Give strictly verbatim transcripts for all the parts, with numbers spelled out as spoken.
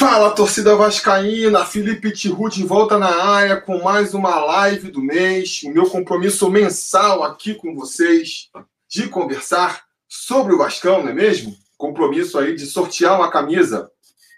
Fala, torcida vascaína, Felipe Tiru de volta na área com mais uma live do mês, o meu compromisso mensal aqui com vocês de conversar sobre o Vascão, não é mesmo? Compromisso aí de sortear uma camisa.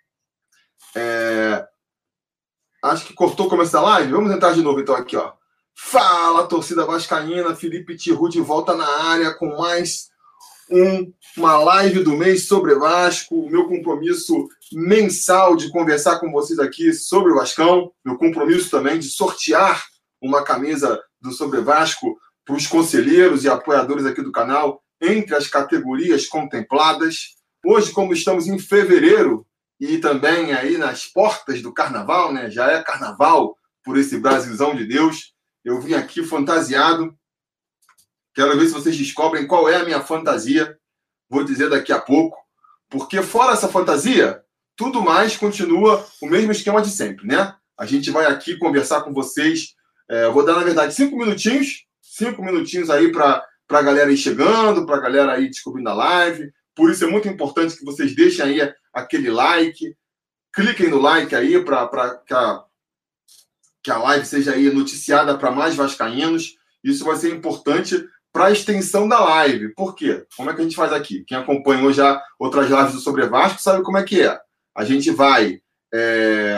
É... Acho que cortou o começo da live, vamos entrar de novo então aqui, ó. Fala, torcida vascaína, Felipe Tiru de volta na área com mais um, uma live do mês sobre Vasco, o meu compromisso mensal de conversar com vocês aqui sobre o Vascão, meu compromisso também de sortear uma camisa do Sobre Vasco para os conselheiros e apoiadores aqui do canal, entre as categorias contempladas. Hoje, como estamos em fevereiro e também aí nas portas do carnaval, né? Já é carnaval por esse Brasilzão de Deus, eu vim aqui fantasiado. Quero ver se vocês descobrem qual é a minha fantasia. Vou dizer daqui a pouco. Porque fora essa fantasia, tudo mais continua o mesmo esquema de sempre, né? A gente vai aqui conversar com vocês. É, eu vou dar, na verdade, cinco minutinhos. Cinco minutinhos aí para a galera ir chegando, para a galera ir descobrindo a live. Por isso é muito importante que vocês deixem aí aquele like. Cliquem no like aí para que a, que a live seja aí noticiada para mais vascaínos. Isso vai ser importante para a extensão da live. Por quê? Como é que a gente faz aqui? Quem acompanhou já outras lives do Sobre Vasco sabe como é que é. A gente vai... É...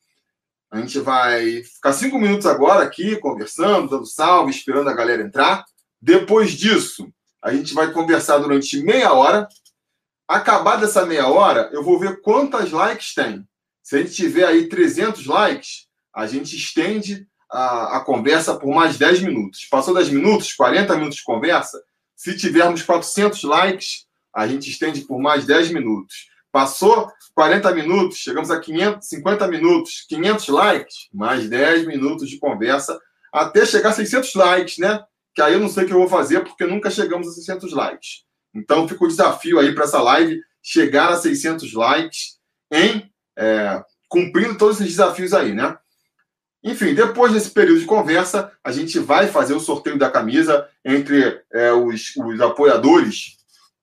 A gente vai ficar cinco minutos agora aqui, conversando, dando salve, esperando a galera entrar. Depois disso, a gente vai conversar durante meia hora. Acabada essa meia hora, eu vou ver quantas likes tem. Se a gente tiver aí trezentos likes, a gente estende A, a conversa por mais dez minutos. Passou dez minutos, quarenta minutos de conversa. Se tivermos quatrocentos likes, a gente estende por mais dez minutos. Passou quarenta minutos, chegamos a quinhentos, cinquenta minutos, quinhentos likes, mais dez minutos de conversa, até chegar a seiscentos likes, né? Que aí eu não sei o que eu vou fazer, porque nunca chegamos a seiscentos likes. Então fica o desafio aí para essa live, chegar a seiscentos likes, em é, cumprindo todos esses desafios aí, né? Enfim, depois desse período de conversa, a gente vai fazer o sorteio da camisa entre é, os, os apoiadores,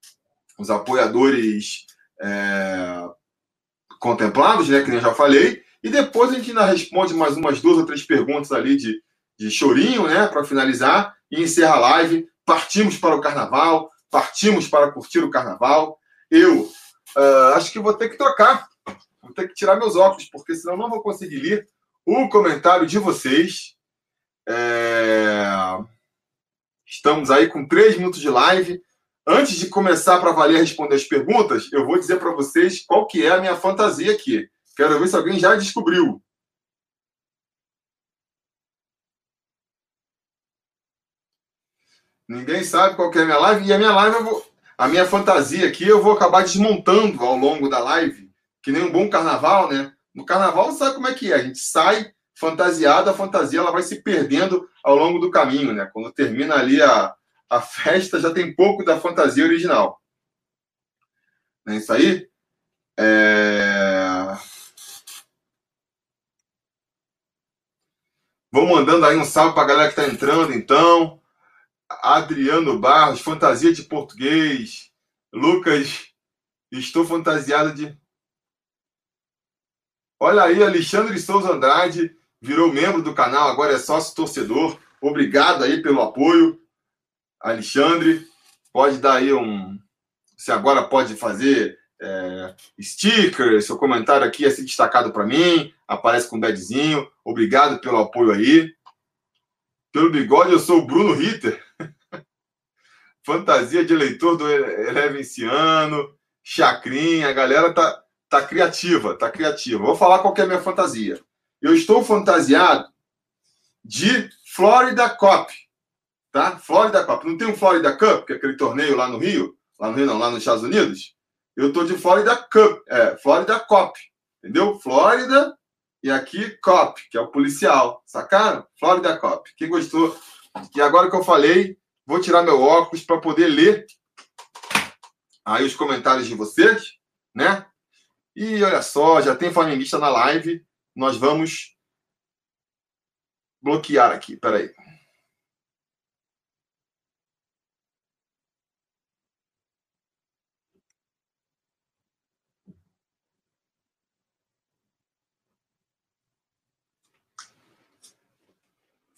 os apoiadores é, contemplados, né, que eu já falei, e depois a gente ainda responde mais umas duas ou três perguntas ali de, de chorinho, né, para finalizar, e encerra a live. Partimos para o carnaval, partimos para curtir o carnaval. Eu uh, acho que vou ter que trocar, vou ter que tirar meus óculos, porque senão não vou conseguir ler o comentário de vocês. É... Estamos aí com três minutos de live. Antes de começar para valer responder as perguntas, eu vou dizer para vocês qual que é a minha fantasia aqui. Quero ver se alguém já descobriu. Ninguém sabe qual que é a minha live. E a minha live, eu vou... a minha fantasia aqui, eu vou acabar desmontando ao longo da live, que nem um bom carnaval, né? No carnaval, sabe como é que é? A gente sai fantasiado, a fantasia ela vai se perdendo ao longo do caminho, né? Quando termina ali a, a festa, já tem pouco da fantasia original. Não é isso aí? É... Vou mandando aí um salve para a galera que está entrando, então. Adriano Barros, fantasia de português. Lucas, estou fantasiado de... Olha aí, Alexandre Souza Andrade virou membro do canal, agora é sócio torcedor. Obrigado aí pelo apoio, Alexandre. Pode dar aí um... Você agora pode fazer é, sticker, seu comentário aqui é ser destacado para mim, aparece com um badzinho. Obrigado pelo apoio aí. Pelo bigode, eu sou o Bruno Ritter. Fantasia de eleitor do Elevenciano, Chacrinha, a galera tá, tá criativa, tá criativa. Vou falar qual que é a minha fantasia. Eu estou fantasiado de Florida Cup, tá? Florida Cup. Não tem um Florida Cup, que é aquele torneio lá no Rio? Lá no Rio não, lá nos Estados Unidos? Eu tô de Florida Cup, é, Florida Cup, entendeu? Florida e aqui Cop, que é o policial, sacaram? Florida Cup. Quem gostou? E agora que eu falei, vou tirar meu óculos para poder ler aí os comentários de vocês, né? E olha só, já tem flamenguista na live. Nós vamos bloquear aqui, peraí.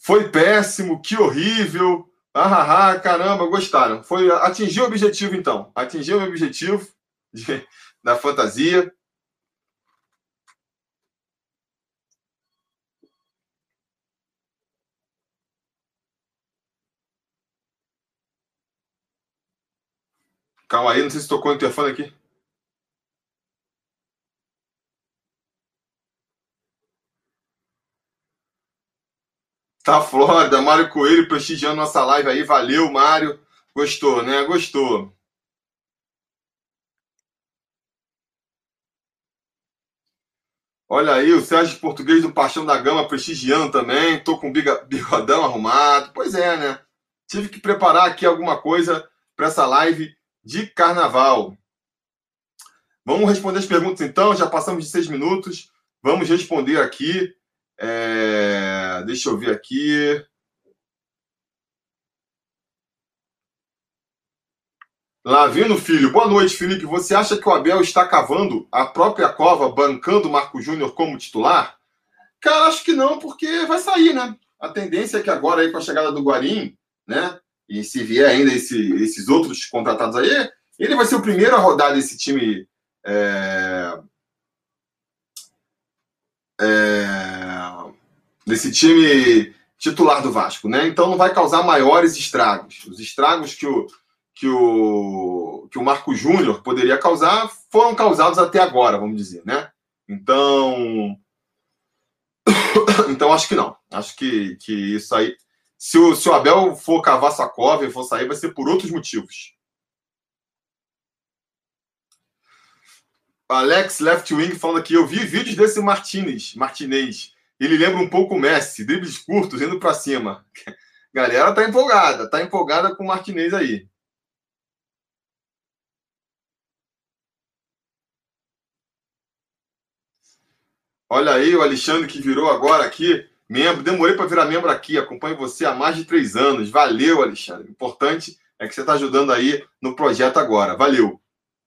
Foi péssimo, que horrível. Ah, ah, caramba, gostaram. Foi, atingiu o objetivo, então. Atingiu o objetivo de, da fantasia. Calma aí, não sei se tocou o interfone aqui. Tá, Flórida, Mário Coelho prestigiando nossa live aí. Valeu, Mário. Gostou, né? Gostou. Olha aí, o Sérgio Português do Paixão da Gama prestigiando também. Tô com o bigodão arrumado. Pois é, né? Tive que preparar aqui alguma coisa para essa live de carnaval. Vamos responder as perguntas então. Já passamos de seis minutos. Vamos responder aqui. É... Deixa eu ver aqui. Lavino Filho, boa noite, Felipe. Você acha que o Abel está cavando a própria cova, bancando o Marco Júnior como titular? Cara, acho que não, porque vai sair, né? A tendência é que agora, aí, com a chegada do Guarim, né? E se vier ainda esse, esses outros contratados aí, ele vai ser o primeiro a rodar desse time. É... É... Desse time titular do Vasco, né? Então não vai causar maiores estragos. Os estragos que o que o, que o Marco Júnior poderia causar foram causados até agora, vamos dizer, né? Então, então acho que não. Acho que, que isso aí, se o, se o Abel for cavar sua cova e for sair, vai ser por outros motivos. Alex Left Wing falando aqui, eu vi vídeos desse Martinez, Martinez. Ele lembra um pouco o Messi, dribles curtos, indo para cima. Galera tá empolgada, tá empolgada com o Martinez aí. Olha aí o Alexandre que virou agora aqui membro. Demorei para virar membro aqui. Acompanho você há mais de três anos. Valeu, Alexandre. O importante é que você está ajudando aí no projeto agora. Valeu.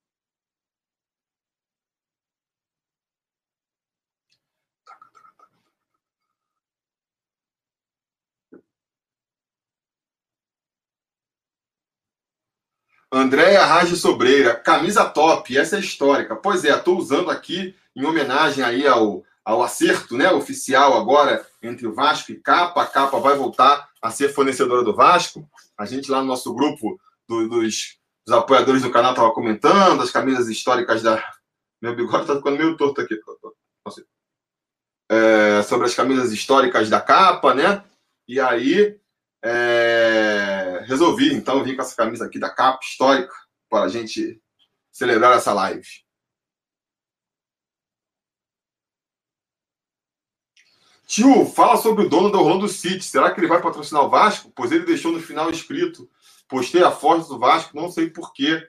Andréia Rage Sobreira, camisa top, essa é histórica. Pois é, estou usando aqui em homenagem aí ao, ao acerto, né, oficial agora entre o Vasco e Capa. A Capa vai voltar a ser fornecedora do Vasco. A gente lá no nosso grupo do, dos, dos apoiadores do canal estava comentando as camisas históricas da... Meu bigode está ficando meio torto aqui. É, sobre as camisas históricas da Capa, né? E aí... É... resolvi, então, vir com essa camisa aqui da Capa histórica para a gente celebrar essa live. Tio, fala sobre o dono do Orlando City. Será que ele vai patrocinar o Vasco? Pois ele deixou no final escrito. Postei a foto do Vasco, não sei porquê.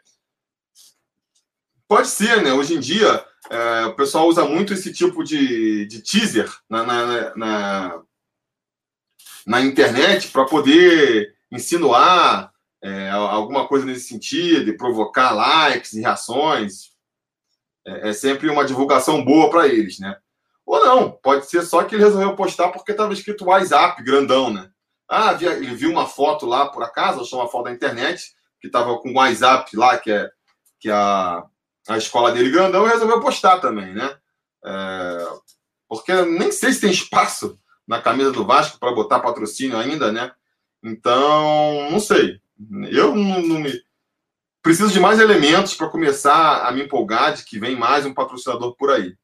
Pode ser, né? Hoje em dia, é, o pessoal usa muito esse tipo de, de teaser na, na, na, na internet para poder insinuar é, alguma coisa nesse sentido e provocar likes e reações. É, é sempre uma divulgação boa para eles, né? Ou não, pode ser só que ele resolveu postar porque estava escrito WhatsApp grandão, né? Ah, ele viu uma foto lá por acaso, achou uma foto da internet que estava com o WhatsApp lá, que é, que é a, a escola dele grandão, e resolveu postar também, né? É, porque nem sei se tem espaço na camisa do Vasco para botar patrocínio ainda, né? Então, não sei. Eu não, não me... preciso de mais elementos para começar a me empolgar de que vem mais um patrocinador por aí.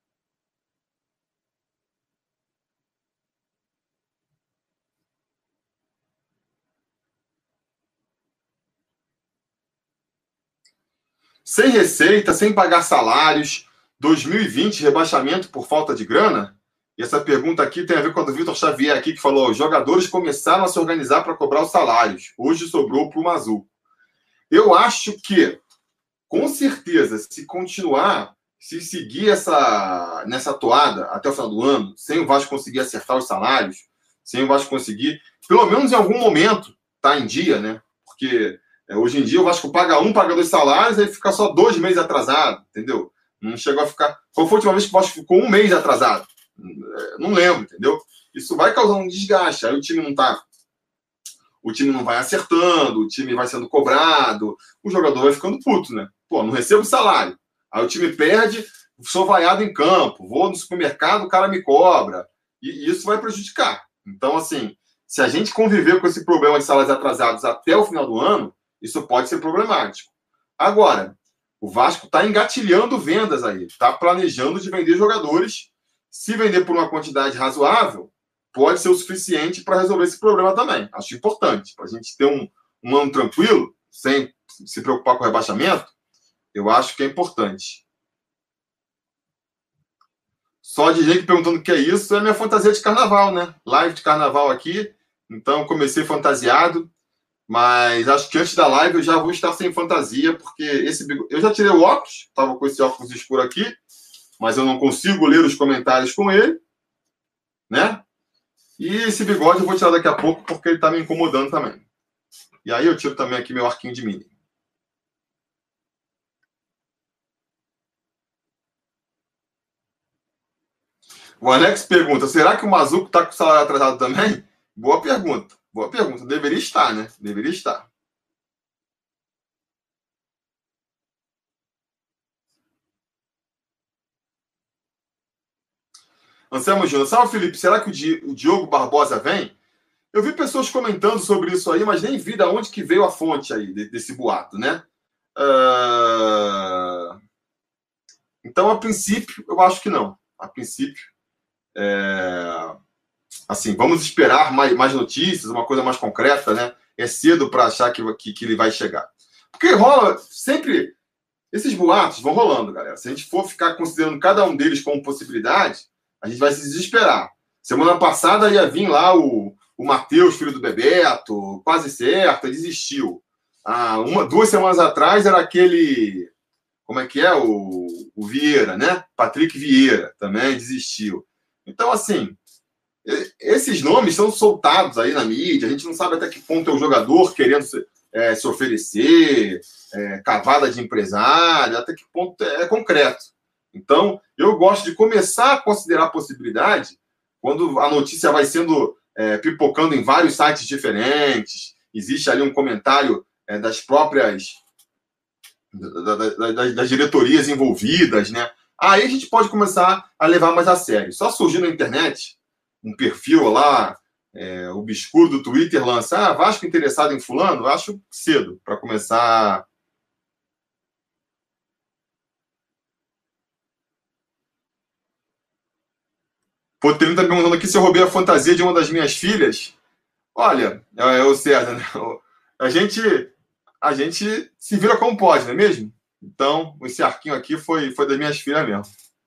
Sem receita, sem pagar salários, dois mil e vinte, rebaixamento por falta de grana? E essa pergunta aqui tem a ver com a do Vitor Xavier aqui, que falou: os jogadores começaram a se organizar para cobrar os salários. Hoje sobrou para o Mazul. Eu acho que, com certeza, se continuar, se seguir essa, nessa toada até o final do ano, sem o Vasco conseguir acertar os salários, sem o Vasco conseguir, pelo menos em algum momento, tá em dia, né? Porque é, hoje em dia o Vasco paga um, paga dois salários, aí fica só dois meses atrasado, entendeu? Não chegou a ficar... Qual foi a última vez que o Vasco ficou um mês atrasado? Não lembro, entendeu? isso vai causando um desgaste. Aí o time não tá, o time não vai acertando, o time vai sendo cobrado, o jogador vai ficando puto, né? Pô, não recebo salário. Aí o time perde, sou vaiado em campo, vou no supermercado, o cara me cobra. E isso vai prejudicar. Então, assim, se a gente conviver com esse problema de salários atrasados até o final do ano, isso pode ser problemático. Agora, o Vasco está engatilhando vendas aí, está planejando de vender jogadores. Se vender por uma quantidade razoável, pode ser o suficiente para resolver esse problema também. Acho importante, para a gente ter um, um ano tranquilo, sem se preocupar com o rebaixamento, eu acho que é importante. Só de gente perguntando o que é isso, é minha fantasia de carnaval, né? Live de carnaval aqui, então comecei fantasiado, mas acho que antes da live eu já vou estar sem fantasia, porque esse eu já tirei o óculos, estava com esse óculos escuro aqui, mas eu não consigo ler os comentários com ele, né? E esse bigode eu vou tirar daqui a pouco, porque ele está me incomodando também. E aí eu tiro também aqui meu arquinho de mini. O Alex pergunta, será que o Mazuco está com o salário atrasado também? Boa pergunta, boa pergunta. Deveria estar, né? Deveria estar. Anselmo Júnior, salve Felipe, será que o, Di, o Diogo Barbosa vem? Eu vi pessoas comentando sobre isso aí, mas nem vi de onde que veio a fonte aí desse boato, né? Uh... Então, a princípio, eu acho que não. A princípio, é... assim, vamos esperar mais, mais notícias, uma coisa mais concreta, né? É cedo para achar que, que, que ele vai chegar. Porque rola sempre... Esses boatos vão rolando, galera. Se a gente for ficar considerando cada um deles como possibilidade, a gente vai se desesperar. Semana passada ia vir lá o, o Matheus, filho do Bebeto, quase certo, desistiu. Ah, uma, duas semanas atrás era aquele... Como é que é? O, o Vieira, né? Patrick Vieira também desistiu. Então, assim, esses nomes são soltados aí na mídia, a gente não sabe até que ponto é o jogador querendo se, é, se oferecer, é, cavada de empresário, até que ponto é, é concreto. Então, eu gosto de começar a considerar a possibilidade quando a notícia vai sendo é, pipocando em vários sites diferentes, existe ali um comentário é, das próprias da, da, da, das diretorias envolvidas, né? Aí a gente pode começar a levar mais a sério. Só surgiu na internet um perfil lá, é, o obscuro do Twitter lança, ah, Vasco interessado em fulano? Eu acho cedo para começar. Pô, tem tá perguntando aqui se eu roubei a fantasia de uma das minhas filhas. Olha, é o César, né? A gente, a gente se vira como pode, não é mesmo? Então, esse arquinho aqui foi, foi das minhas filhas mesmo.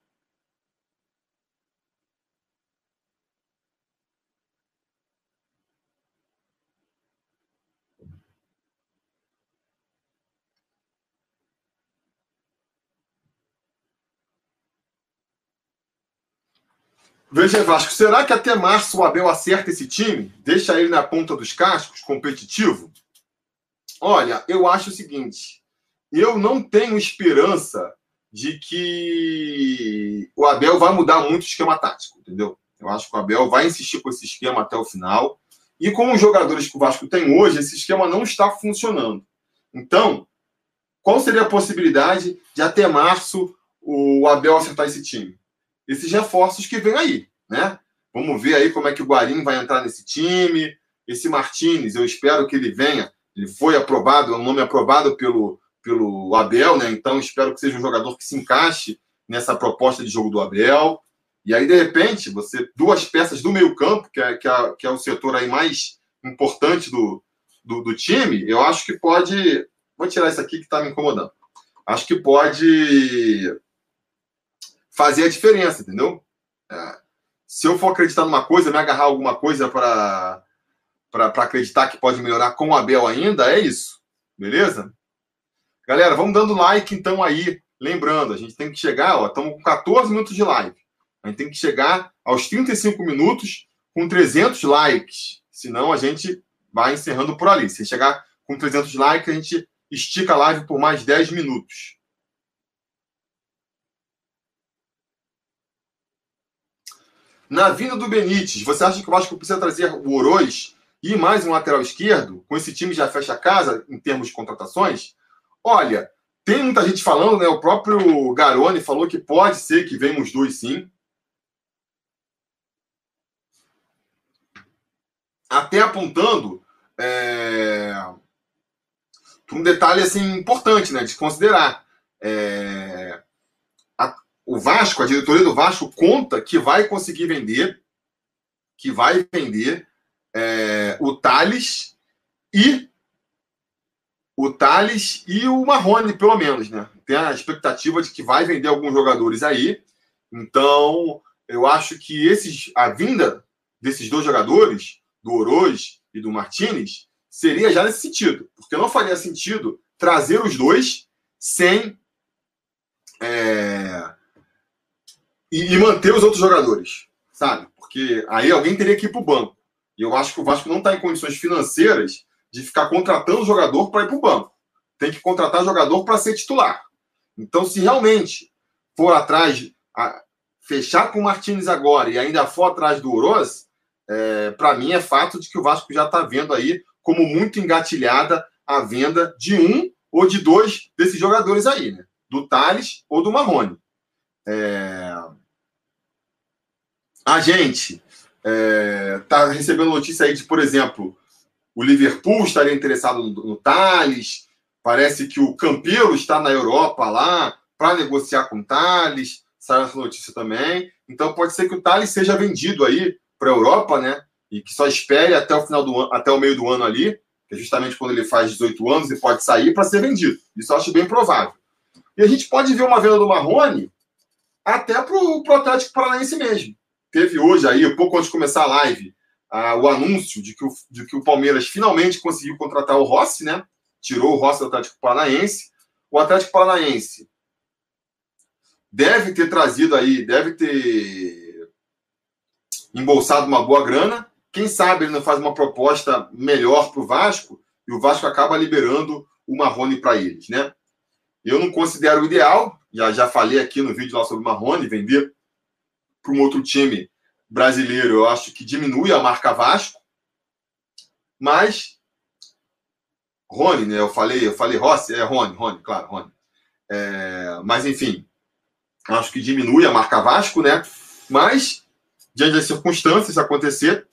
Veja, Vasco, será que até março o Abel acerta esse time? Deixa ele na ponta dos cascos, competitivo? Olha, eu acho o seguinte, eu não tenho esperança de que o Abel vai mudar muito o esquema tático, entendeu? Eu acho que o Abel vai insistir com esse esquema até o final. E com os jogadores que o Vasco tem hoje, esse esquema não está funcionando. Então, qual seria a possibilidade de até março o Abel acertar esse time? Esses reforços que vêm aí, né? Vamos ver aí como é que o Guarim vai entrar nesse time. Esse Martínez, eu espero que ele venha. Ele foi aprovado, é um nome aprovado pelo, pelo Abel, né? Então espero que seja um jogador que se encaixe nessa proposta de jogo do Abel. E aí, de repente, você duas peças do meio-campo, que é, que, é, que é o setor aí mais importante do, do, do time, eu acho que pode. Vou tirar isso aqui que está me incomodando. Acho que pode fazer a diferença, entendeu? É, se eu for acreditar numa coisa, me agarrar alguma coisa para acreditar que pode melhorar com o Abel ainda, é isso. Beleza? Galera, vamos dando like então aí. Lembrando, a gente tem que chegar, ó, estamos com quatorze minutos de live. A gente tem que chegar aos trinta e cinco minutos com trezentos likes. Senão a gente vai encerrando por ali. Se chegar com trezentos likes, a gente estica a live por mais dez minutos. Na vinda do Benítez, você acha que o Vasco precisa trazer o Oroz e mais um lateral esquerdo? Com esse time já fecha a casa em termos de contratações? Olha, tem muita gente falando, né? O próprio Garoni falou que pode ser que venham os dois, sim. Até apontando é, um detalhe assim, importante, né, de considerar. É, a, o Vasco, a diretoria do Vasco conta que vai conseguir vender, que vai vender é, o Thales e o Thales e o Marrone, pelo menos, né? Tem a expectativa de que vai vender alguns jogadores aí. Então, eu acho que esses, a vinda desses dois jogadores, do Oroz e do Martínez, seria já nesse sentido. Porque não faria sentido trazer os dois sem é, e, e manter os outros jogadores, sabe? Porque aí alguém teria que ir para o banco. E eu acho que o Vasco não está em condições financeiras de ficar contratando jogador para ir para o banco. Tem que contratar jogador para ser titular. Então, se realmente for atrás, a, fechar com o Martínez agora e ainda for atrás do Oroz, é, para mim é fato de que o Vasco já está vendo aí como muito engatilhada a venda de um ou de dois desses jogadores aí, né? Do Thales ou do Marrone. É... A gente está é, recebendo notícia aí de, por exemplo, o Liverpool estaria interessado no, no Thales. Parece que o Campeiro está na Europa lá para negociar com o Thales. Saiu essa notícia também. Então pode ser que o Thales seja vendido aí para a Europa, né? E que só espere até o final do ano, até o meio do ano ali, que é justamente quando ele faz dezoito anos e pode sair para ser vendido. Isso eu acho bem provável. E a gente pode ver uma venda do Marrone até para o Atlético Paranaense mesmo. Teve hoje aí, pouco antes de começar a live, uh, o anúncio de que o, de que o Palmeiras finalmente conseguiu contratar o Rossi, né? Tirou o Rossi do Atlético Paranaense. O Atlético Paranaense deve ter trazido aí, deve ter embolsado uma boa grana. Quem sabe ele não faz uma proposta melhor para o Vasco e o Vasco acaba liberando o Marrone para eles, né? Eu não considero o ideal, já, já falei aqui no vídeo lá sobre o Marrone, vender para um outro time brasileiro, eu acho que diminui a marca Vasco, mas Rony, né? Eu falei, eu falei Rossi, é Rony, Rony, claro, Rony. É, mas enfim, acho que diminui a marca Vasco, né? Mas diante das circunstâncias acontecer,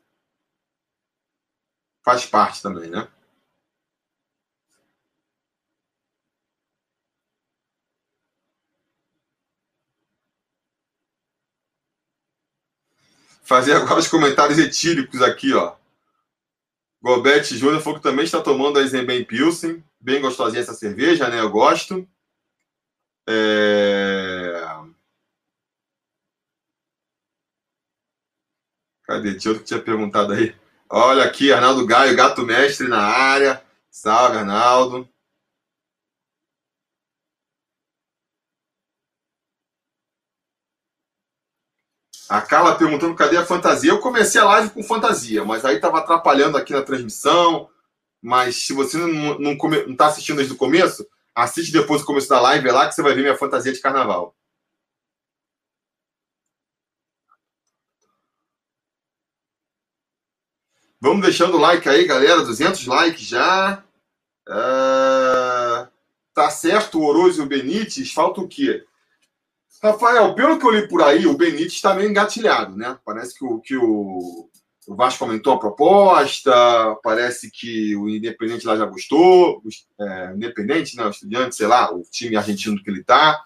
faz parte também, né? Fazer agora os comentários etíricos aqui, ó. Gobete Júnior falou que também está tomando a Eisenbahn Pilsen. Bem gostosinha essa cerveja, né? Eu gosto. É... Cadê? Tinha outro que tinha perguntado aí. Olha aqui, Arnaldo Gaio, gato mestre na área. Salve, Arnaldo. A Carla perguntando cadê a fantasia. Eu comecei a live com fantasia, mas aí estava atrapalhando aqui na transmissão. Mas se você não, não, come, não tá assistindo desde o começo, assiste depois do começo da live, é lá que você vai ver minha fantasia de carnaval. Vamos deixando o like aí, galera. duzentos likes já. Uh, tá certo o Oroz e o Benítez. Falta o quê? Rafael, pelo que eu li por aí, o Benítez está meio engatilhado, né? Parece que o, que o, o Vasco aumentou a proposta, parece que o Independente lá já gostou, o é, Independente, né? O Estudiante, sei lá, o time argentino que ele está.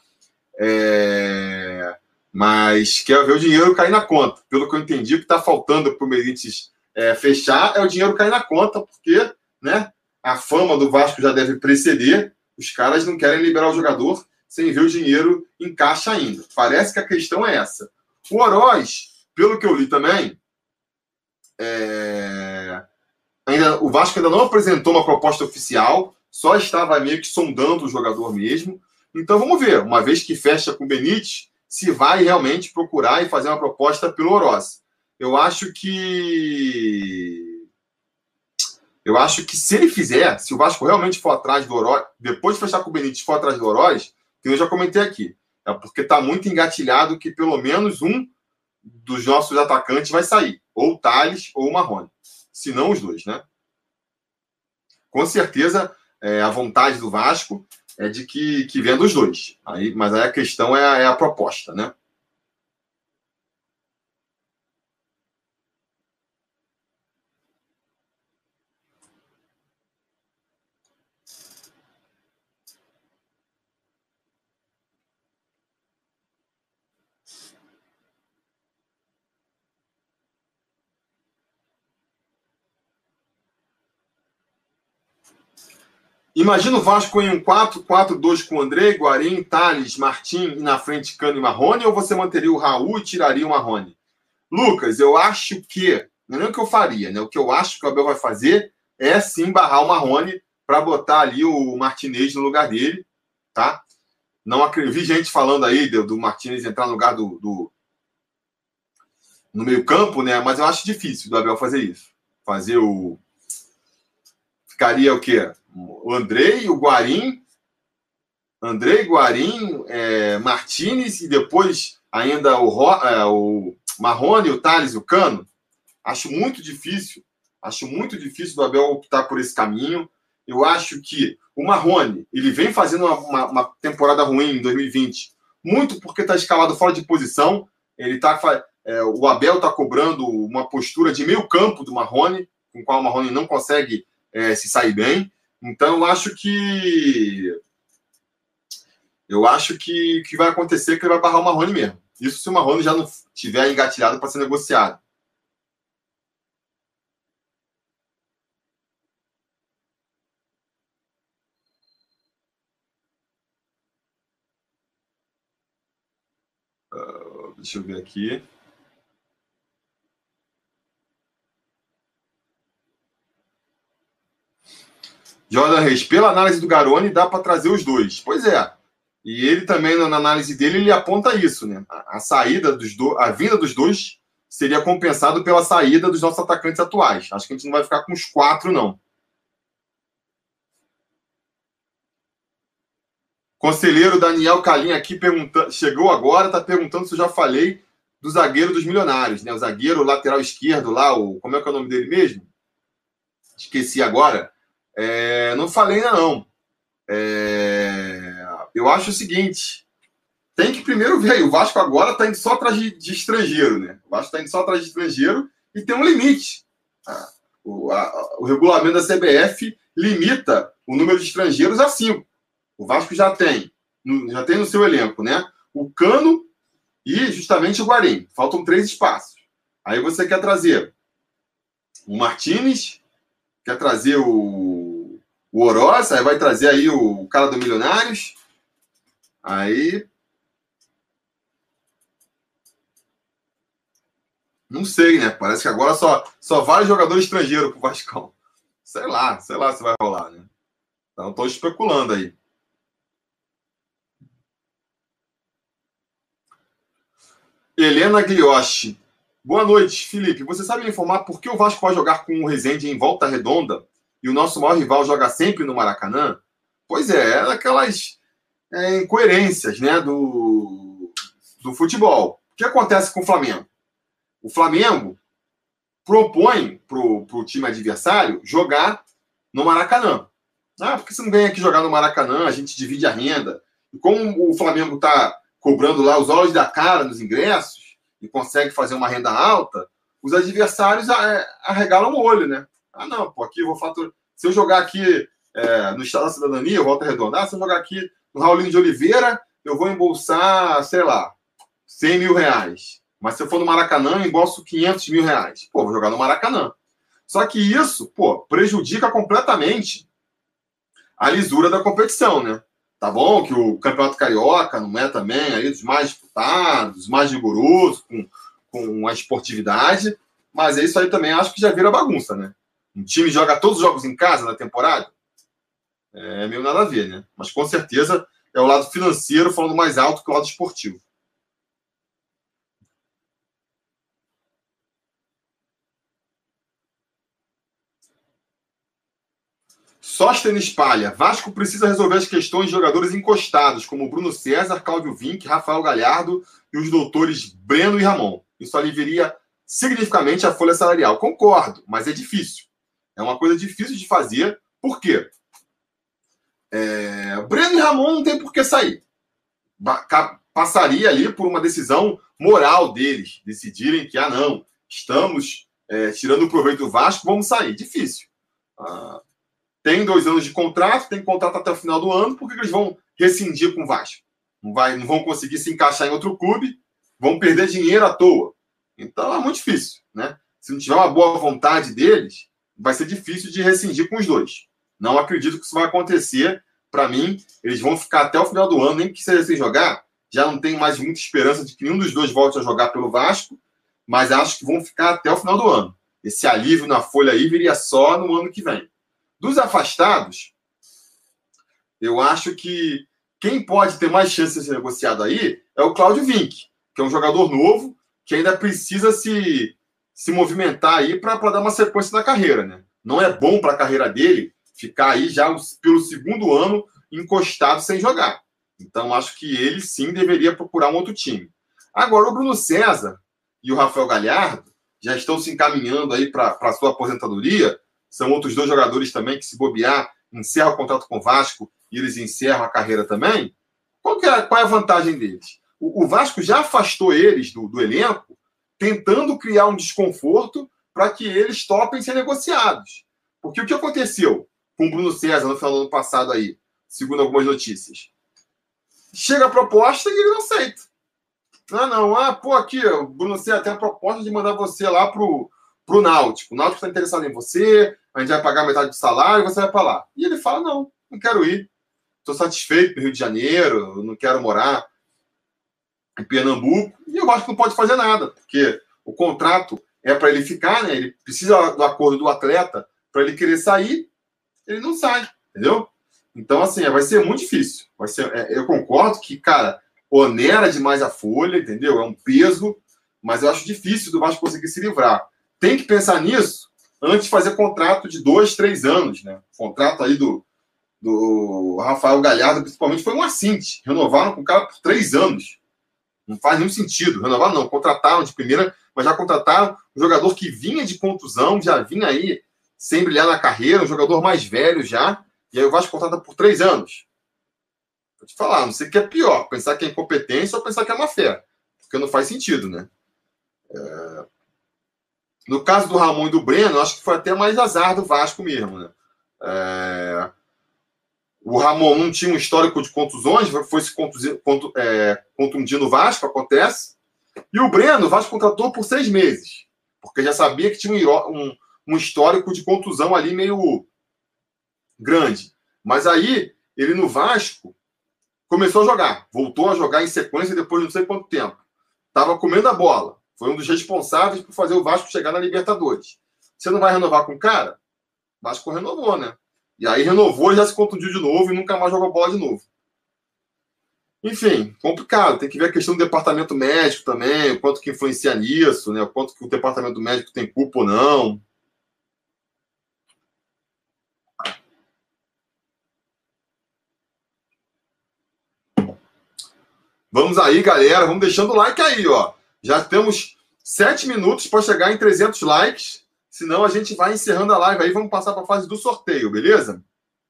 É, mas quer ver o dinheiro cair na conta. Pelo que eu entendi, o que está faltando para o Benítez é, fechar é o dinheiro cair na conta, porque, né, a fama do Vasco já deve preceder, os caras não querem liberar o jogador sem ver o dinheiro em caixa ainda. Parece que a questão é essa. O Oroz, pelo que eu li também, é... ainda, o Vasco ainda não apresentou uma proposta oficial, só estava meio que sondando o jogador mesmo. Então vamos ver, uma vez que fecha com o Benítez, se vai realmente procurar e fazer uma proposta pelo Oroz. Eu acho que... Eu acho que se ele fizer, se o Vasco realmente for atrás do Oroz, depois de fechar com o Benítez, for atrás do Oroz, que eu já comentei aqui, é porque está muito engatilhado que pelo menos um dos nossos atacantes vai sair. Ou o Thales ou o Marrone. Se não os dois, né? Com certeza, é, a vontade do Vasco é de que, que venda os dois. Aí, mas aí a questão é a, é a proposta, né? Imagina o Vasco em um quatro quatro dois com André, Guarim, Thales, Martim e na frente Cano e Marrone, ou você manteria o Raul e tiraria o Marrone? Lucas, eu acho que, não é nem o que eu faria, né? O que eu acho que o Abel vai fazer é sim barrar o Marrone para botar ali o Martinez no lugar dele, tá? Não acredito, vi gente falando aí do, do Martinez entrar no lugar do, do no meio-campo, né? Mas eu acho difícil do Abel fazer isso. Fazer o ficaria o quê? O Andrei, o Guarim, Andrei, Guarim, é, Martinez e depois ainda o, Ro, é, o Marrone, o Thales e o Cano. Acho muito difícil, acho muito difícil do Abel optar por esse caminho. Eu acho que o Marrone, ele vem fazendo uma, uma, uma temporada ruim em dois mil e vinte, muito porque está escalado fora de posição. Ele tá, é, o Abel está cobrando uma postura de meio campo do Marrone, com o qual o Marrone não consegue é, se sair bem. Então, eu acho que eu acho que que vai acontecer que ele vai barrar o Marrone mesmo. Isso se o Marrone já não tiver engatilhado para ser negociado. Uh, deixa eu ver aqui. Jordan Reis, pela análise do Garoni, dá para trazer os dois. Pois é. E ele também, na análise dele, ele aponta isso, né? A, a saída dos dois, a vinda dos dois seria compensado pela saída dos nossos atacantes atuais. Acho que a gente não vai ficar com os quatro, não. Conselheiro Daniel Calim aqui perguntando, chegou agora, está perguntando se eu já falei do zagueiro dos Milionários, né? O zagueiro lateral esquerdo lá, o, como é que é o nome dele mesmo? Esqueci agora. É, não falei ainda não. É, eu acho o seguinte, tem que primeiro ver aí, o Vasco agora está indo só atrás de, de estrangeiro, né? O Vasco está indo só atrás de estrangeiro e tem um limite. Ah, o, a, o regulamento da C B F limita o número de estrangeiros a cinco. O Vasco já tem, já tem no seu elenco, né? O Cano e justamente o Guarim. Faltam três espaços. Aí você quer trazer o Martinez, quer trazer o, o Oroz, aí vai trazer aí o cara do Milionários. Aí não sei, né? Parece que agora só, só vai jogador estrangeiro pro Vascão. Sei lá, sei lá se vai rolar, né? Então estou especulando aí. Helena Glioshi. Boa noite, Felipe. Você sabe me informar por que o Vasco vai jogar com o Rezende em Volta Redonda e o nosso maior rival joga sempre no Maracanã? Pois é, é aquelas é, incoerências, né, do, do futebol. O que acontece com o Flamengo? O Flamengo propõe para o time adversário jogar no Maracanã. Ah, por que você não vem aqui jogar no Maracanã? A gente divide a renda. E como o Flamengo está cobrando lá os olhos da cara nos ingressos e consegue fazer uma renda alta, os adversários arregalam o olho, né? Ah, não, pô, aqui eu vou faturar. Se eu jogar aqui é, no Estado da Cidadania, Volta Redonda, se eu jogar aqui no Raulinho de Oliveira, eu vou embolsar, sei lá, cem mil reais. Mas se eu for no Maracanã, eu embolso quinhentos mil reais. Pô, vou jogar no Maracanã. Só que isso, pô, prejudica completamente a lisura da competição, né? Tá bom que o Campeonato Carioca não é também aí dos mais disputados, mais rigorosos, com, com a esportividade, mas é isso aí também acho que já vira bagunça, né? Um time joga todos os jogos em casa na temporada, é meio nada a ver, né? Mas com certeza é o lado financeiro falando mais alto que o lado esportivo. Sóstenes Palha. Vasco precisa resolver as questões de jogadores encostados, como Bruno César, Cláudio Vinck, Rafael Galhardo e os doutores Breno e Ramon. Isso aliviaria significativamente a folha salarial. Concordo, mas é difícil. É uma coisa difícil de fazer. Por quê? É... Breno e Ramon não tem por que sair. Passaria ali por uma decisão moral deles. Decidirem que, ah, não, estamos é, tirando o proveito do Vasco, vamos sair. Difícil. Ah, tem dois anos de contrato, tem contrato até o final do ano, por que eles vão rescindir com o Vasco? Não, vai, não vão conseguir se encaixar em outro clube, vão perder dinheiro à toa. Então é muito difícil, né? Se não tiver uma boa vontade deles, vai ser difícil de rescindir com os dois. Não acredito que isso vai acontecer. Para mim, eles vão ficar até o final do ano, nem que seja sem jogar. Já não tenho mais muita esperança de que nenhum dos dois volte a jogar pelo Vasco, mas acho que vão ficar até o final do ano. Esse alívio na folha aí viria só no ano que vem. Dos afastados, eu acho que quem pode ter mais chance de ser negociado aí é o Cláudio Vinck, que é um jogador novo, que ainda precisa se, se movimentar aí para dar uma sequência na carreira, né? Não é bom para a carreira dele ficar aí já pelo segundo ano encostado sem jogar. Então, acho que ele sim deveria procurar um outro time. Agora, o Bruno César e o Rafael Galhardo já estão se encaminhando aí para a sua aposentadoria. São outros dois jogadores também que, se bobear, encerram o contrato com o Vasco e eles encerram a carreira também. Qual, que é, qual é a vantagem deles? O, o Vasco já afastou eles do, do elenco, tentando criar um desconforto para que eles topem ser negociados. Porque o que aconteceu com o Bruno César no final do ano passado aí, segundo algumas notícias? Chega a proposta e ele não aceita. Não, não, ah, pô, aqui, o Bruno César tem a proposta de mandar você lá pro, pro Náutico. O Náutico está interessado em você, a gente vai pagar metade do salário e você vai para lá. E ele fala, não, não quero ir. Estou satisfeito no Rio de Janeiro, não quero morar em Pernambuco. E eu acho que não pode fazer nada, porque o contrato é para ele ficar, né? Ele precisa do acordo do atleta para ele querer sair, ele não sai, entendeu? Então, assim, vai ser muito difícil. Vai ser, é, eu concordo que, cara, onera demais a folha, entendeu? É um peso, mas eu acho difícil do Vasco conseguir se livrar. Tem que pensar nisso antes de fazer contrato de dois, três anos, né? O contrato aí do, do Rafael Galhardo, principalmente, foi um assinte. Renovaram com o cara por três anos. Não faz nenhum sentido. Renovaram não, contrataram de primeira, mas já contrataram um jogador que vinha de contusão, já vinha aí sem brilhar na carreira, um jogador mais velho já, e aí o Vasco contrata por três anos. Vou te falar, não sei o que é pior, pensar que é incompetência ou pensar que é má fé, porque não faz sentido, né? É... No caso do Ramon e do Breno, acho que foi até mais azar do Vasco mesmo, né? É... O Ramon não tinha um histórico de contusões, foi se contusir, contu, é, contundir no Vasco, acontece. E o Breno, o Vasco contratou por seis meses, porque já sabia que tinha um, um, um histórico de contusão ali meio grande. Mas aí, ele no Vasco começou a jogar, voltou a jogar em sequência depois de não sei quanto tempo. Estava comendo a bola. Foi um dos responsáveis por fazer o Vasco chegar na Libertadores. Você não vai renovar com o cara? O Vasco renovou, né? E aí renovou e já se contundiu de novo e nunca mais jogou bola de novo. Enfim, complicado. Tem que ver a questão do departamento médico também, o quanto que influencia nisso, né? O quanto que o departamento médico tem culpa ou não. Vamos aí, galera. Vamos deixando o like aí, ó. Já temos sete minutos para chegar em trezentos likes. Senão a gente vai encerrando a live aí. Vamos passar para a fase do sorteio, beleza?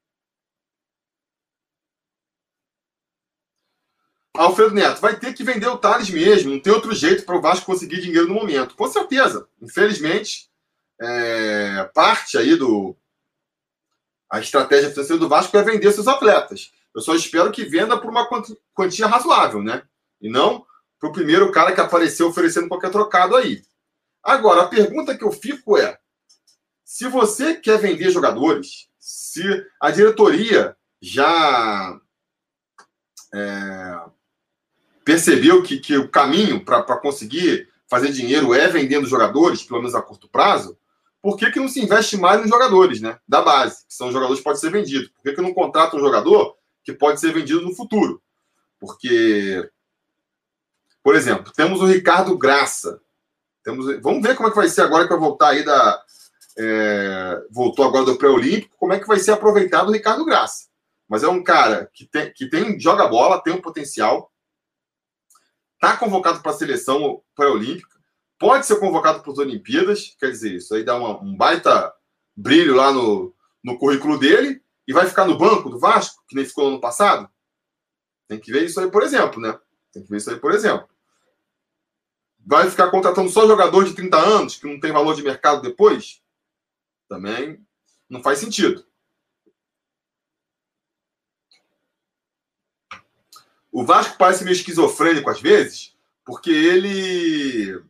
Alfredo Neto, vai ter que vender o Thales mesmo. Não tem outro jeito para o Vasco conseguir dinheiro no momento. Com certeza. Infelizmente, é... parte aí do... A estratégia financeira do Vasco é vender seus atletas. Eu só espero que venda por uma quantia razoável, né? E não para o primeiro cara que apareceu oferecendo qualquer trocado aí. Agora, a pergunta que eu fico é: se você quer vender jogadores, se a diretoria já é, percebeu que, que o caminho para conseguir fazer dinheiro é vendendo jogadores, pelo menos a curto prazo, por que, que não se investe mais nos jogadores, né? Da base, que são jogadores que podem ser vendidos? Por que, que não contrata um jogador que pode ser vendido no futuro? Porque, por exemplo, temos o Ricardo Graça. Temos, vamos ver como é que vai ser agora que vai voltar aí da... É, voltou agora do pré-olímpico, como é que vai ser aproveitado o Ricardo Graça. Mas é um cara que tem, que tem joga bola, tem um potencial, está convocado para a seleção pré-olímpica, pode ser convocado para as Olimpíadas, quer dizer, isso aí dá uma, um baita brilho lá no, no currículo dele, e vai ficar no banco do Vasco, que nem ficou no ano passado. Tem que ver isso aí, por exemplo, né? Tem que ver isso aí, por exemplo. Vai ficar contratando só jogador de trinta anos, que não tem valor de mercado depois? Também não faz sentido. O Vasco parece meio esquizofrênico às vezes, porque ele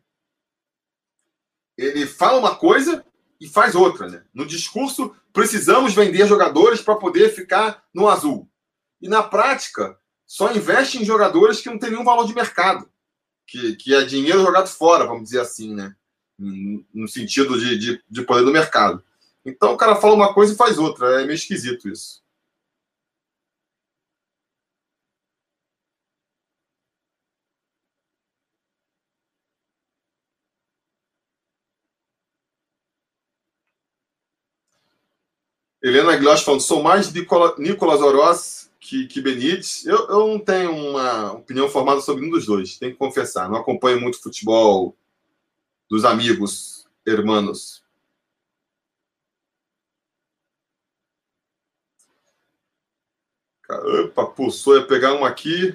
ele fala uma coisa e faz outra, né? No discurso, precisamos vender jogadores para poder ficar no azul. E na prática, só investe em jogadores que não têm nenhum valor de mercado, que, que é dinheiro jogado fora, vamos dizer assim, né? No sentido de, de, de poder do mercado. Então o cara fala uma coisa e faz outra. É meio esquisito isso. Helena Glass falando, sou mais Nicola, Nicolas Oroz que, que Benítez. Eu, eu não tenho uma opinião formada sobre nenhum dos dois, tenho que confessar. Não acompanho muito futebol dos amigos, hermanos. Opa, pulsou, ia pegar uma aqui.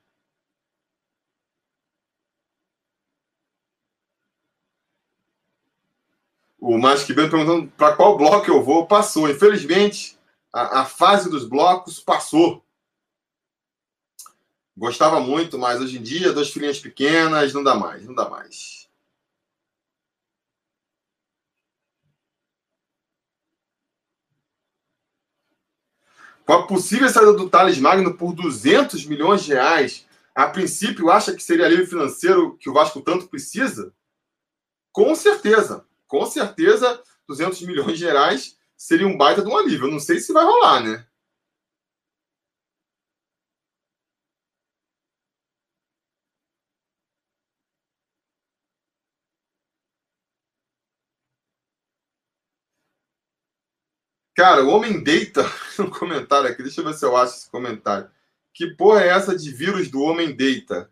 O Mais Que Bem perguntando para qual bloco eu vou. Passou. Infelizmente, a, a fase dos blocos passou. Gostava muito, mas hoje em dia, duas filhinhas pequenas, não dá mais, não dá mais. Com a possível saída do Thales Magno por duzentos milhões de reais, a princípio acha que seria alívio financeiro que o Vasco tanto precisa? Com certeza, com certeza, duzentos milhões de reais seria um baita de um alívio. Eu não sei se vai rolar, né? Cara, o homem deita no comentário aqui. Deixa eu ver se eu acho esse comentário. Que porra é essa de vírus do homem deita?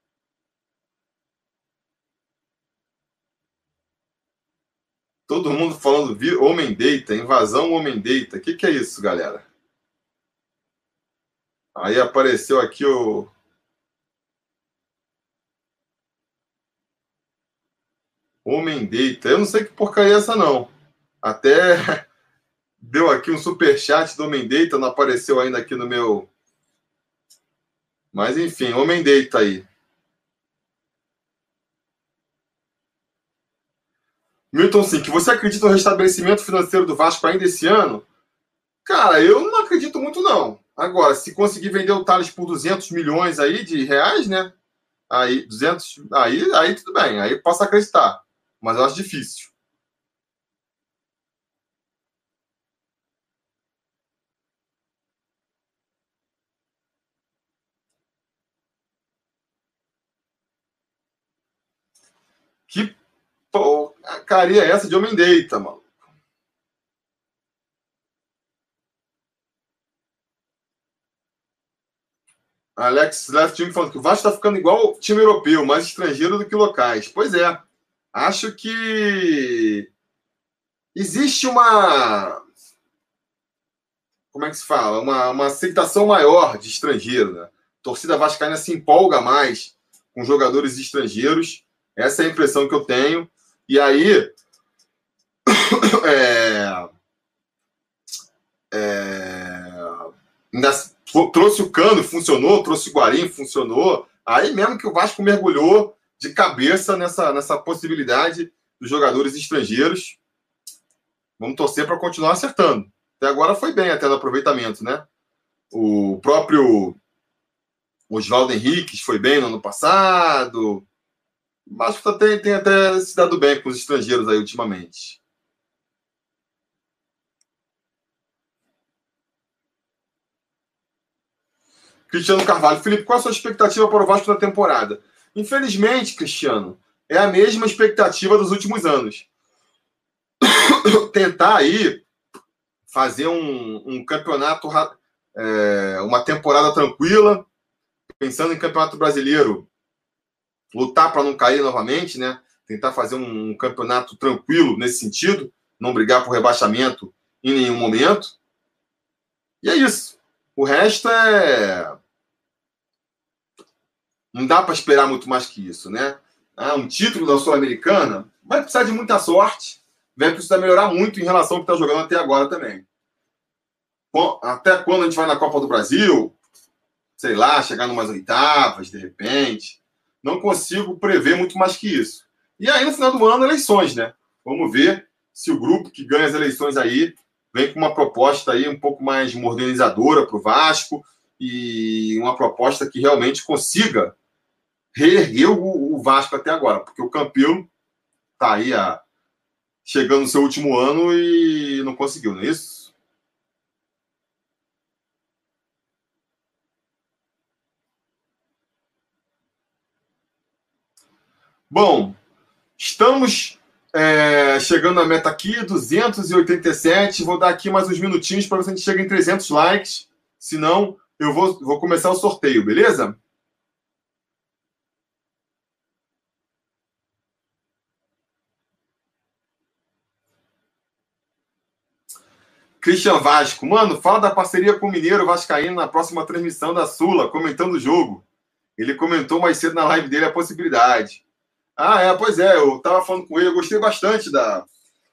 Todo mundo falando homem deita, invasão homem deita. O que, que é isso, galera? Aí apareceu aqui o. Homem deita. Eu não sei que porcaria é essa, não. Até deu aqui um superchat do Homem Deita, não apareceu ainda aqui no meu. Mas enfim, Homem Deita aí. Milton Sim, que você acredita no restabelecimento financeiro do Vasco ainda esse ano? Cara, eu não acredito muito, não. Agora, se conseguir vender o Thales por duzentos milhões aí de reais, né? Aí, duzentos, aí, aí tudo bem, aí posso acreditar. Mas eu acho difícil. Que porcaria é essa de Homem Deita, mano? Alex Left Team falando que o Vasco está ficando igual time europeu, mais estrangeiro do que locais. Pois é. Acho que existe uma. Como é que se fala? Uma, uma aceitação maior de estrangeiro, né? A torcida vascaína se empolga mais com jogadores estrangeiros. Essa é a impressão que eu tenho. E aí. É, é, ainda trouxe o Cano, funcionou, trouxe o Guarim, funcionou. Aí mesmo que o Vasco mergulhou de cabeça nessa, nessa possibilidade dos jogadores estrangeiros. Vamos torcer para continuar acertando. Até agora foi bem até no aproveitamento, né? O próprio Oswaldo Henriques foi bem no ano passado. O Vasco tem, tem até se dado bem com os estrangeiros aí ultimamente. Cristiano Carvalho. Felipe, qual a sua expectativa para o Vasco na temporada? Infelizmente, Cristiano, é a mesma expectativa dos últimos anos. Tentar aí fazer um, um campeonato, é, uma temporada tranquila, pensando em campeonato brasileiro, lutar para não cair novamente, né? tentar fazer um campeonato tranquilo nesse sentido, não brigar por rebaixamento em nenhum momento. E é isso. O resto é... Não dá para esperar muito mais que isso, né? Ah, um título da Sul-Americana vai precisar de muita sorte, vai precisar melhorar muito em relação ao que está jogando até agora também. Até quando a gente vai na Copa do Brasil, sei lá, chegar em umas oitavas, de repente. Não consigo prever muito mais que isso. E aí, no final do ano, eleições, né? Vamos ver se o grupo que ganha as eleições aí vem com uma proposta aí um pouco mais modernizadora para o Vasco e uma proposta que realmente consiga reerguer o, o Vasco até agora, porque o Campelo está aí a, chegando no seu último ano e não conseguiu, não é isso? Bom, estamos é, chegando à meta aqui, duzentos e oitenta e sete. Vou dar aqui mais uns minutinhos para ver se a gente chega em trezentos likes. Senão, eu vou, vou começar o sorteio, beleza? Christian Vasco. Mano, fala da parceria com o Mineiro Vascaíno na próxima transmissão da Sula, comentando o jogo. Ele comentou mais cedo na live dele a possibilidade. Ah, é, pois é, eu tava falando com ele, eu gostei bastante da...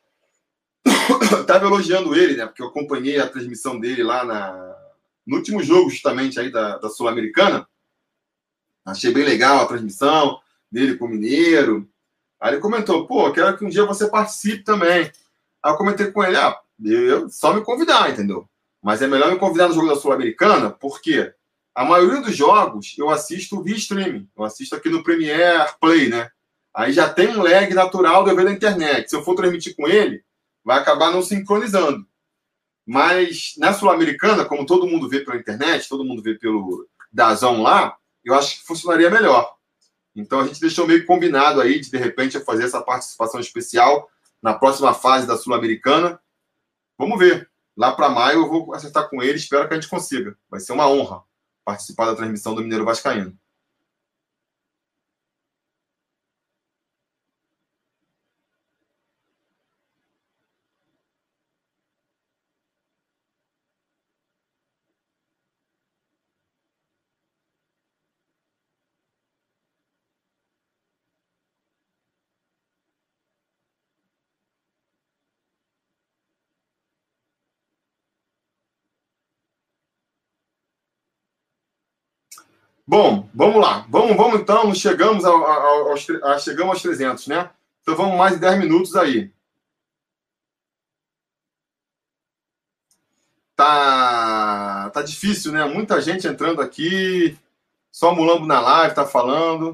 tava elogiando ele, né, porque eu acompanhei a transmissão dele lá na... no último jogo, justamente, aí da, da Sul-Americana. Achei bem legal a transmissão dele com o Mineiro. Aí ele comentou, pô, quero que um dia você participe também. Aí eu comentei com ele, ah, eu, só me convidar, entendeu? Mas é melhor me convidar no jogo da Sul-Americana, porque a maioria dos jogos eu assisto via streaming. Eu assisto aqui no Premiere Play, né? Aí já tem um lag natural de eu ver na internet. Se eu for transmitir com ele, vai acabar não sincronizando. Mas na Sul-Americana, como todo mundo vê pela internet, todo mundo vê pelo DAZN lá, eu acho que funcionaria melhor. Então a gente deixou meio combinado aí de, de repente, fazer essa participação especial na próxima fase da Sul-Americana. Vamos ver. Lá para maio eu vou acertar com ele, espero que a gente consiga. Vai ser uma honra participar da transmissão do Mineiro Vascaíno. Bom, vamos lá. Vamos, vamos então. Chegamos, ao, ao, aos, a, chegamos aos trezentos, né? Então vamos mais de dez minutos aí. Tá, tá difícil, né? Muita gente entrando aqui. Só o Mulambo na live tá falando.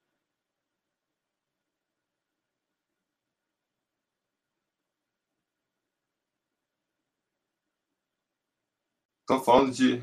Estão falando de...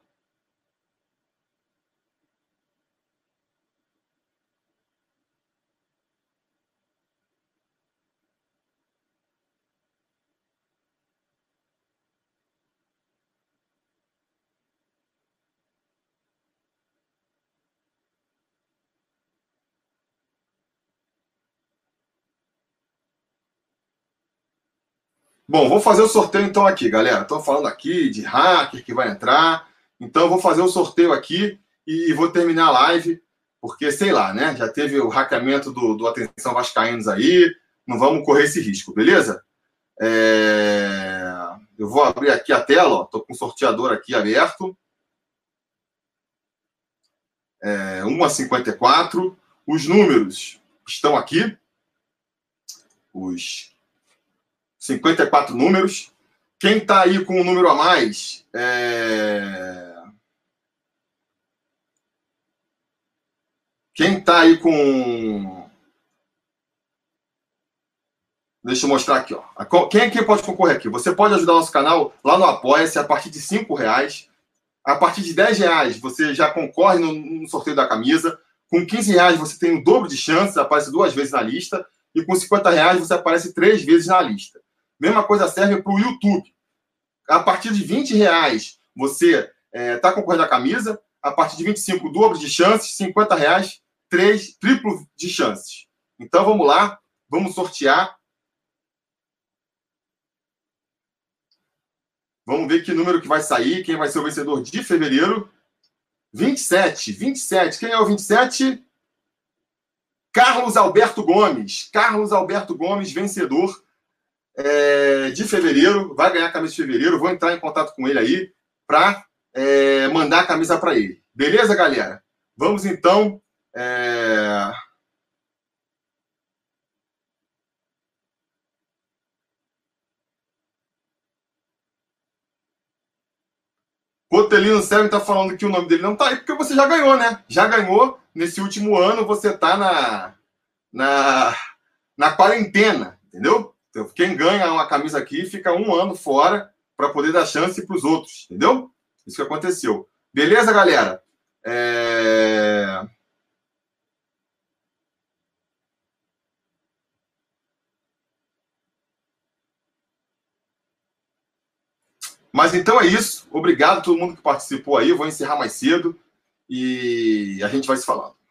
Bom, vou fazer o sorteio então aqui, galera. Estão falando aqui de hacker que vai entrar. Então eu vou fazer o sorteio aqui e vou terminar a live, porque, sei lá, né? Já teve o hackeamento do, do Atenção Vascaínos aí. Não vamos correr esse risco, beleza? É... Eu vou abrir aqui a tela, ó. Tô com o sorteador aqui aberto. É, um a cinquenta e quatro. Os números estão aqui. Os cinquenta e quatro números. Quem está aí com o um número a mais, é... quem está aí com... Deixa eu mostrar aqui, ó. Quem aqui pode concorrer aqui? Você pode ajudar o nosso canal lá no Apoia-se a partir de cinco reais. A partir de dez reais você já concorre no, no sorteio da camisa. Com quinze reais você tem o dobro de chances, aparece duas vezes na lista. E com cinquenta reais você aparece três vezes na lista. Mesma coisa serve para o YouTube. A partir de vinte reais você está é, concorrendo à camisa. A partir de vinte e cinco, dobro de chances. cinquenta reais, três, triplo de chances. Então vamos lá, vamos sortear. Vamos ver que número que vai sair, quem vai ser o vencedor de fevereiro. vinte e sete, vinte e sete. Quem é o vinte e sete? Carlos Alberto Gomes. Carlos Alberto Gomes, vencedor é, de fevereiro. Vai ganhar a camisa de fevereiro. Vou entrar em contato com ele aí para é, mandar a camisa para ele. Beleza, galera? Vamos então... É... Botelino Sérgio está falando que o nome dele não tá aí, porque você já ganhou, né? Já ganhou. Nesse último ano, você tá na, na, na quarentena, entendeu? Então, quem ganha uma camisa aqui fica um ano fora para poder dar chance para os outros, entendeu? Isso que aconteceu. Beleza, galera? É... Mas então é isso. Obrigado a todo mundo que participou aí. Eu vou encerrar mais cedo e a gente vai se falando.